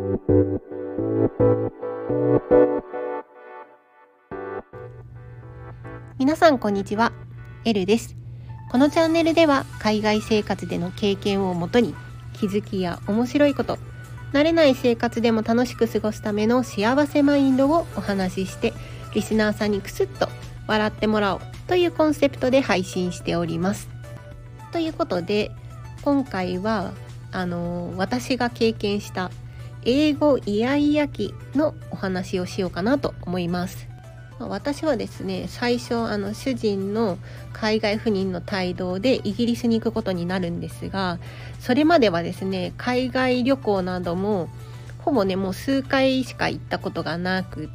皆さんこんにちは、エルです。このチャンネルでは海外生活での経験をもとに気づきや面白いこと、慣れない生活でも楽しく過ごすための幸せマインドをお話しして、リスナーさんにクスッと笑ってもらおうというコンセプトで配信しております。ということで今回は私が経験した英語イヤイヤ期のお話をしようかなと思います。私はですね、最初主人の海外赴任の帯同でイギリスに行くことになるんですが、それまではですね、海外旅行などもほぼねもう数回しか行ったことがなくって、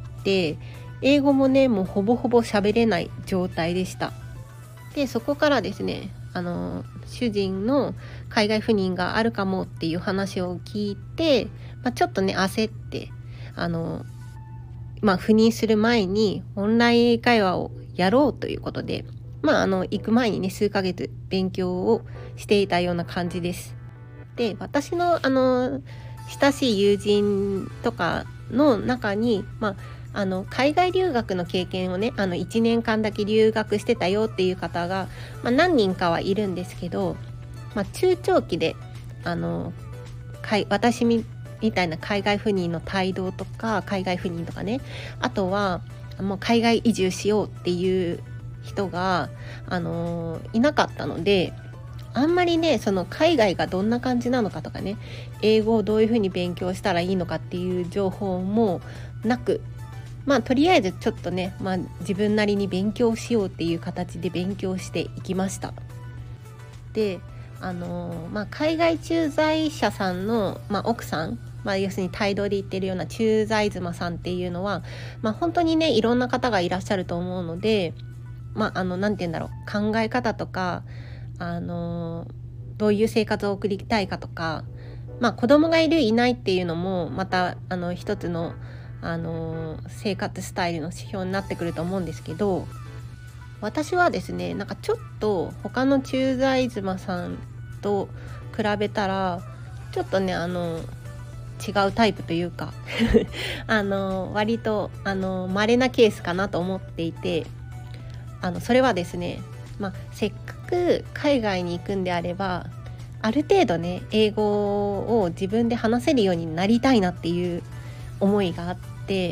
英語もねもうほぼほぼ喋れない状態でした。でそこからですね、主人の海外赴任があるかもっていう話を聞いて、ちょっとね焦って赴任する前にオンライン英会話をやろうということで、行く前にね数ヶ月勉強をしていたような感じです。で私の親しい友人とかの中に、海外留学の経験をね1年間だけ留学してたよっていう方が、何人かはいるんですけど、中長期で私みたいな海外赴任の帯同とか海外赴任とかね、あとはもう海外移住しようっていう人がいなかったので、あんまりねその海外がどんな感じなのかとかね、英語をどういうふうに勉強したらいいのかっていう情報もなく、とりあえずちょっとね、自分なりに勉強しようっていう形で勉強していきました。で海外駐在者さんの、奥さん、要するに帯同で行ってるような駐在妻さんっていうのは、本当にねいろんな方がいらっしゃると思うので、なんて言うんだろう、考え方とかどういう生活を送りたいかとか、子供がいるいないっていうのもまた一つの生活スタイルの指標になってくると思うんですけど、私はですねちょっと他の駐在妻さんと比べたらちょっとね違うタイプというか割と稀なケースかなと思っていて、それはですね、せっかく海外に行くんであればある程度ね英語を自分で話せるようになりたいなっていう思いがあって、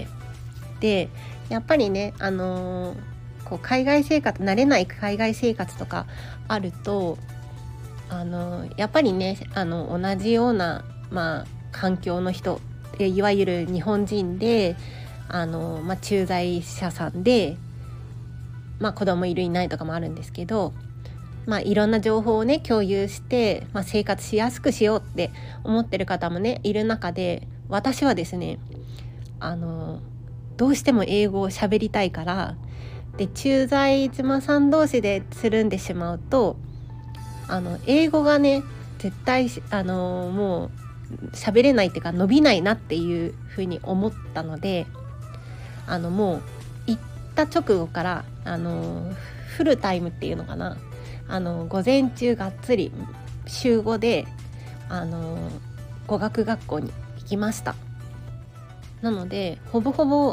でやっぱりね海外生活、慣れない海外生活とかあるとやっぱりね同じような環境の人、いわゆる日本人で駐在者さんで子供いるいないとかもあるんですけど、いろんな情報をね共有して、生活しやすくしようって思ってる方もねいる中で、私はですねどうしても英語を喋りたいから、で駐在妻さん同士でつるんでしまうと英語がね絶対もう喋れないっていうか伸びないなっていうふうに思ったので、もう行った直後からフルタイムっていうのかな、午前中がっつり週5で語学学校に行きました。なのでほぼほぼ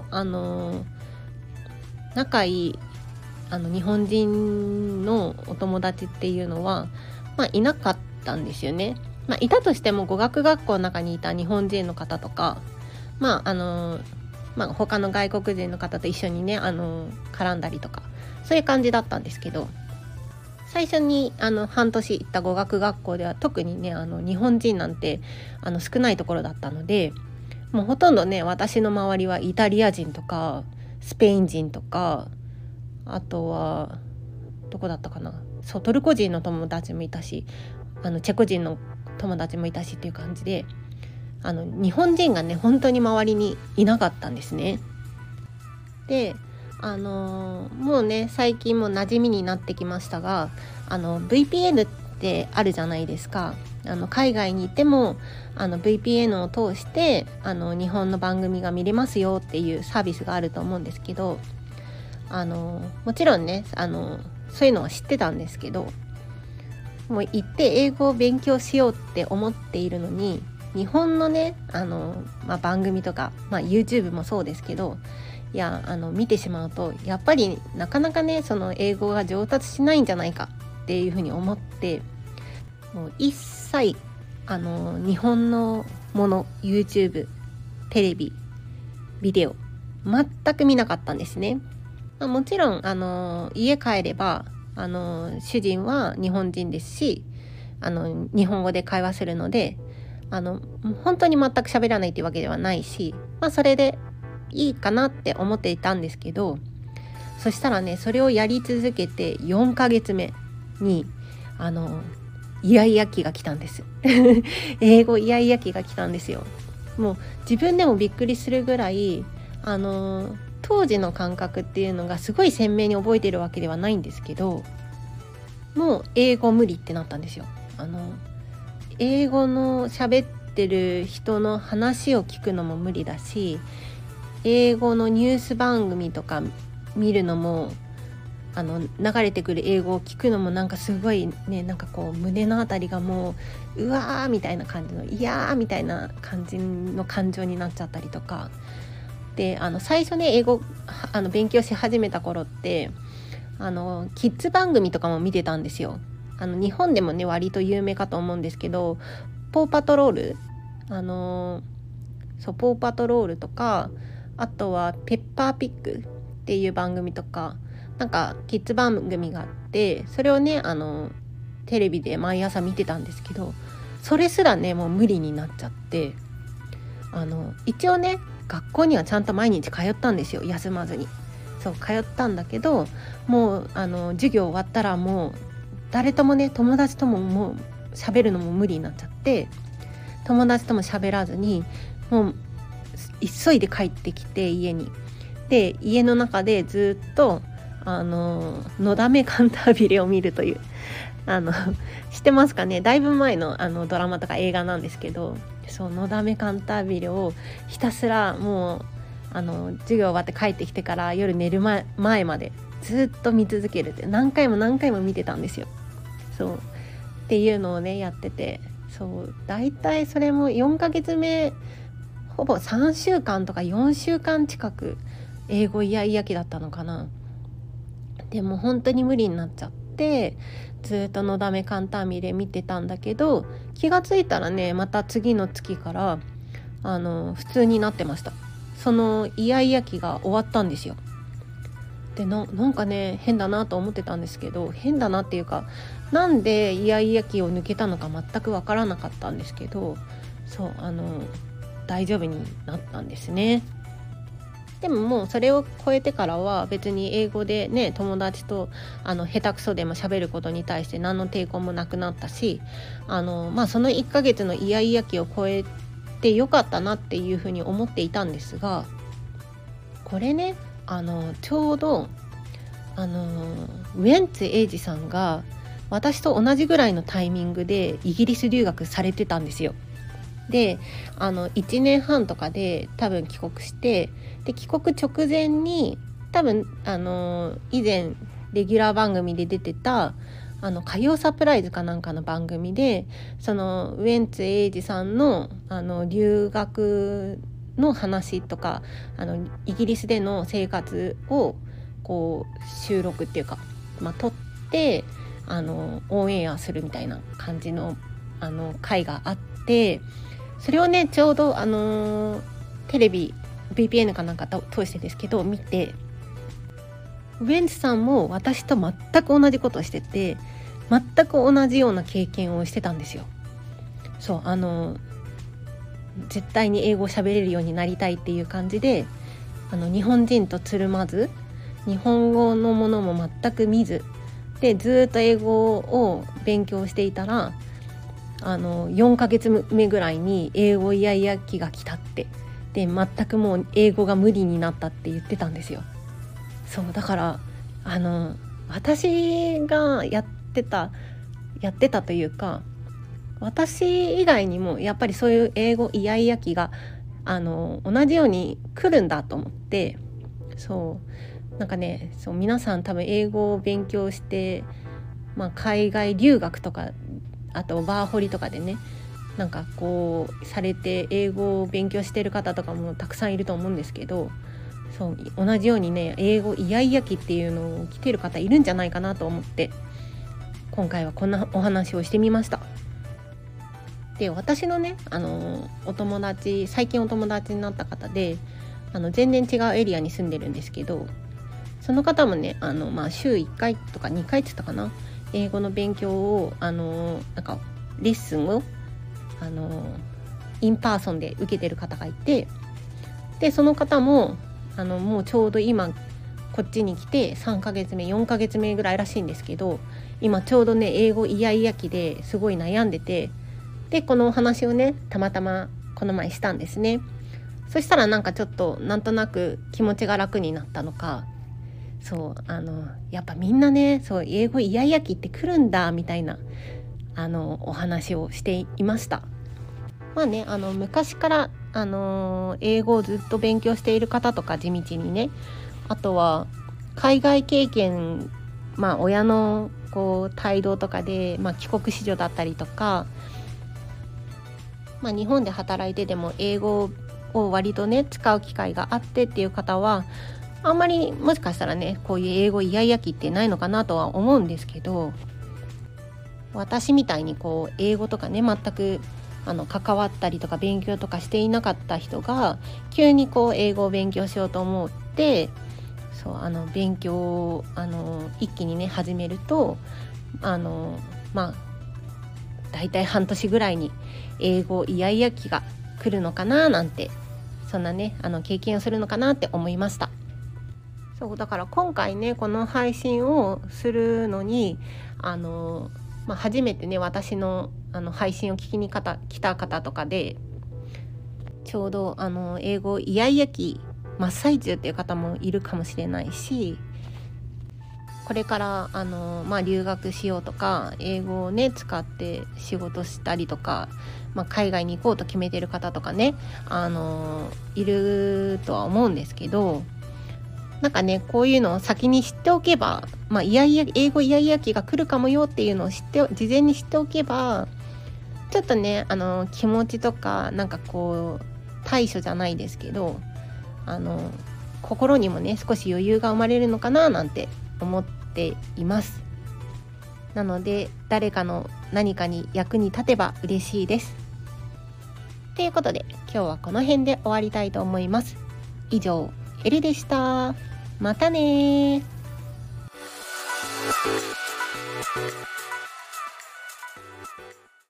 仲いい日本人のお友達っていうのは、いなかったんですよね。いたとしても語学学校の中にいた日本人の方とか、他の外国人の方と一緒にね絡んだりとか、そういう感じだったんですけど、最初に半年行った語学学校では特にね日本人なんて少ないところだったので、もうほとんどね私の周りはイタリア人とかスペイン人とか、あとはどこだったかな、トルコ人の友達もいたしチェコ人の友達もいたしっていう感じで、日本人がね本当に周りにいなかったんですね。でもうね最近も馴染みになってきましたが、VPN ってあるじゃないですか。海外にいてもVPN を通して日本の番組が見れますよっていうサービスがあると思うんですけど、もちろんねそういうのは知ってたんですけど、もう行って英語を勉強しようって思っているのに、 日本のね番組とか、YouTube もそうですけど、見てしまうとやっぱりなかなかねその英語が上達しないんじゃないかっていうふうに思って、もう一切日本のもの YouTube テレビビデオ全く見なかったんですね。もちろん家帰れば主人は日本人ですし日本語で会話するので本当に全く喋らないっていうわけではないし、それでいいかなって思っていたんですけど、そしたらねそれをやり続けて4ヶ月目にイヤイヤ期が来たんです英語イヤイヤ期が来たんですよ。もう自分でもびっくりするぐらい当時の感覚っていうのがすごい鮮明に覚えてるわけではないんですけど、もう英語無理ってなったんですよ。英語の喋ってる人の話を聞くのも無理だし、英語のニュース番組とか見るのも流れてくる英語を聞くのもなんかすごいね、なんかこう胸のあたりがもうわーみたいな感じのいやーみたいな感じの感情になっちゃったりとかで、最初ね英語勉強し始めた頃ってキッズ番組とかも見てたんですよ。日本でもね割と有名かと思うんですけど、ポーパトロールポーパトロールとか、あとはペッパーピッグっていう番組とか、なんかキッズ番組があって、それをねテレビで毎朝見てたんですけど、それすらねもう無理になっちゃって、一応ね学校にはちゃんと毎日通ったんですよ、休まずに。そう通ったんだけど、もう授業終わったらもう誰ともね友達とももう喋るのも無理になっちゃって、友達とも喋らずにもう急いで帰ってきて家に、で家の中でずっとのだめカンタービレを見るという知ってますかね、だいぶ前のドラマとか映画なんですけど、そうのだめカンタービレをひたすらもう授業終わって帰ってきてから夜寝る前までずっと見続けるって、何回も何回も見てたんですよ。そうっていうのをねやってて、そうだいたいそれも4ヶ月目ほぼ3週間とか4週間近く英語イヤイヤ期だったのかな。でも本当に無理になっちゃって、ずっとのだめカンタービレ見てたんだけど、気がついたらねまた次の月から普通になってました。そのイヤイヤ期が終わったんですよ。でなんかね変だなと思ってたんですけど、変だなっていうか、なんでイヤイヤ期を抜けたのか全く分からなかったんですけど、そう大丈夫になったんですね。でももうそれを超えてからは別に英語でね友達と下手くそでも喋ることに対して何の抵抗もなくなったし、その1ヶ月のイヤイヤ期を超えてよかったなっていうふうに思っていたんですが、これねちょうどウェンツエイジさんが私と同じぐらいのタイミングでイギリス留学されてたんですよ。で1年半とかで多分帰国して、で帰国直前に多分以前レギュラー番組で出てた火曜サプライズかなんかの番組で、そのウェンツエイジさんの留学の話とかイギリスでの生活をこう収録っていうか、撮ってオンエアするみたいな感じの回があって、それをねちょうどテレビ VPN かなんか通してですけど見て、ウェンツさんも私と全く同じことをしてて、全く同じような経験をしてたんですよ。そう絶対に英語を喋れるようになりたいっていう感じで日本人とつるまず、日本語のものも全く見ずでずっと英語を勉強していたら4ヶ月目ぐらいに英語イヤイヤ期が来たって、で全くもう英語が無理になったって言ってたんですよ。そうだから私がやってたというか、私以外にもやっぱりそういう英語イヤイヤ期が同じように来るんだと思って、そうなんかね、そう皆さん多分英語を勉強して、海外留学とかあとバーホリとかでねなんかこうされて英語を勉強してる方とかもたくさんいると思うんですけど、そう同じようにね英語イヤイヤ期っていうのを来てる方いるんじゃないかなと思って、今回はこんなお話をしてみました。で、私のねお友達、最近お友達になった方で全然違うエリアに住んでるんですけど、その方もね週1回とか2回って言ったかな、英語の勉強をなんかレッスンをインパーソンで受けてる方がいて、でその方ももうちょうど今こっちに来て3ヶ月目4ヶ月目ぐらいらしいんですけど、今ちょうどね英語イヤイヤ期ですごい悩んでて、でこのお話をねたまたまこの前したんですね。そしたらなんかちょっとなんとなく気持ちが楽になったのか、そうやっぱみんなねそう英語イヤイヤ期って来るんだみたいなお話をしていました。まあね昔から英語をずっと勉強している方とか地道にね、あとは海外経験、親のこう帯同とかで、帰国子女だったりとか、日本で働いてでも英語を割とね使う機会があってっていう方はあんまりもしかしたらねこういう英語イヤイヤ期ってないのかなとは思うんですけど、私みたいにこう英語とかね全く関わったりとか勉強とかしていなかった人が急にこう英語を勉強しようと思って、そう勉強を一気にね始めるとだいたい半年ぐらいに英語イヤイヤ期が来るのかななんて、そんなね経験をするのかなって思いました。そうだから今回ねこの配信をするのに初めてね私の配信を聞きに来た方とかで、ちょうど英語イヤイヤ期真っ最中っていう方もいるかもしれないし、これから留学しようとか英語をね使って仕事したりとか、海外に行こうと決めてる方とかねいるとは思うんですけど、なんかねこういうのを先に知っておけば、英語イヤイヤ期が来るかもよっていうのを事前に知っておけば、ちょっとね気持ちとかなんかこう対処じゃないですけど心にもね少し余裕が生まれるのかななんて思っています。なので誰かの何かに役に立てば嬉しいです。ということで今日はこの辺で終わりたいと思います。以上エリでした。またね。